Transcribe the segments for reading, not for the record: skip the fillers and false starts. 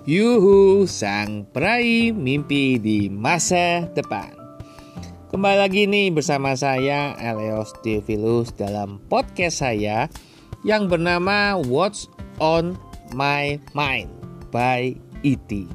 Yuhu, sang peraih mimpi di masa depan. Kembali lagi nih bersama saya Eleos Theophilus dalam podcast saya yang bernama What's on My Mind by E.T.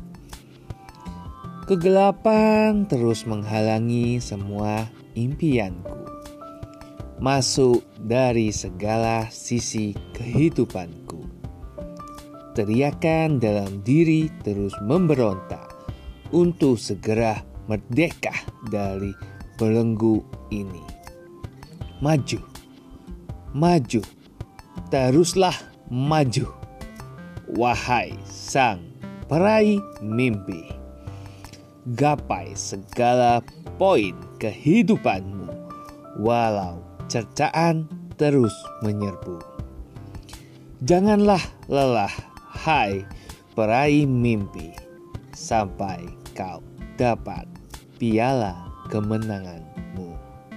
Kegelapan terus menghalangi semua impianku. Masuk dari segala sisi kehidupanku. Teriakan dalam diri terus memberontak untuk segera merdeka dari belenggu ini. Maju, maju, teruslah maju. Wahai sang peraih mimpi, gapai segala poin kehidupanmu walau cercaan terus menyerbu. Janganlah lelah, hai peraih mimpi, sampai kau dapat piala kemenanganmu.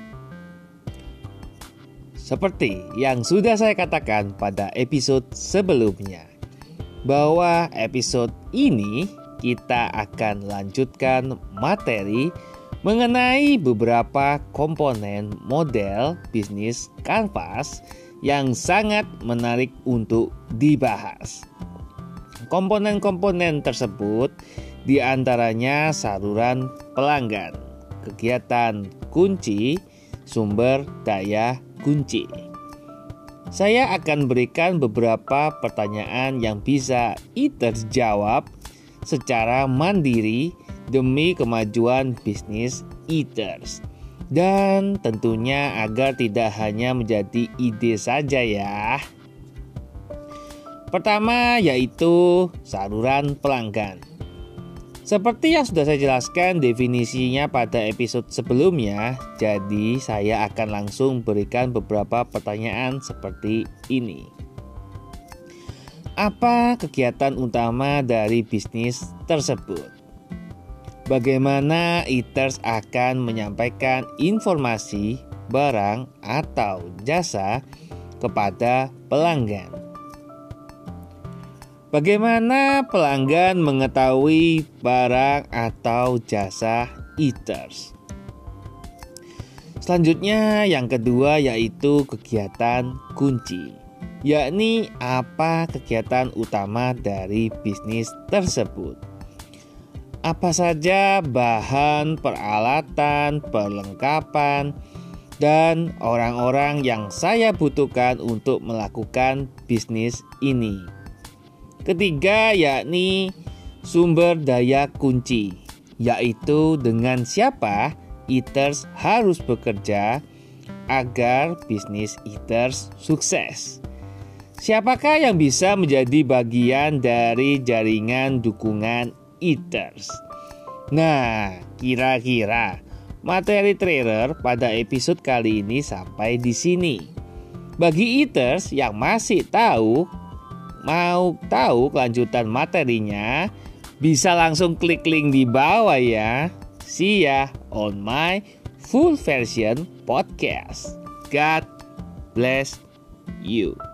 Seperti yang sudah saya katakan pada episode sebelumnya, bahwa episode ini kita akan lanjutkan materi mengenai beberapa komponen model bisnis kanvas yang sangat menarik untuk dibahas. Komponen-komponen tersebut diantaranya saluran pelanggan, kegiatan kunci, sumber daya kunci. Saya akan berikan beberapa pertanyaan yang bisa eaters jawab secara mandiri demi kemajuan bisnis eaters. Dan tentunya agar tidak hanya menjadi ide saja ya. Pertama yaitu saluran pelanggan. Seperti yang sudah saya jelaskan definisinya pada episode sebelumnya, jadi saya akan langsung berikan beberapa pertanyaan seperti ini. Apa kegiatan utama dari bisnis tersebut? Bagaimana eaters akan menyampaikan informasi, barang, atau jasa kepada pelanggan? Bagaimana pelanggan mengetahui barang atau jasa eaters? Selanjutnya yang kedua yaitu kegiatan kunci, yakni apa kegiatan utama dari bisnis tersebut. Apa saja bahan, peralatan, perlengkapan, dan orang-orang yang saya butuhkan untuk melakukan bisnis ini. Ketiga yakni sumber daya kunci, yaitu dengan siapa eaters harus bekerja agar bisnis eaters sukses. Siapakah yang bisa menjadi bagian dari jaringan dukungan eaters? Nah, kira-kira materi trailer pada episode kali ini sampai di sini. Bagi eaters yang masih mau tahu kelanjutan materinya, bisa langsung klik link di bawah ya. See ya on my full version podcast. God bless you.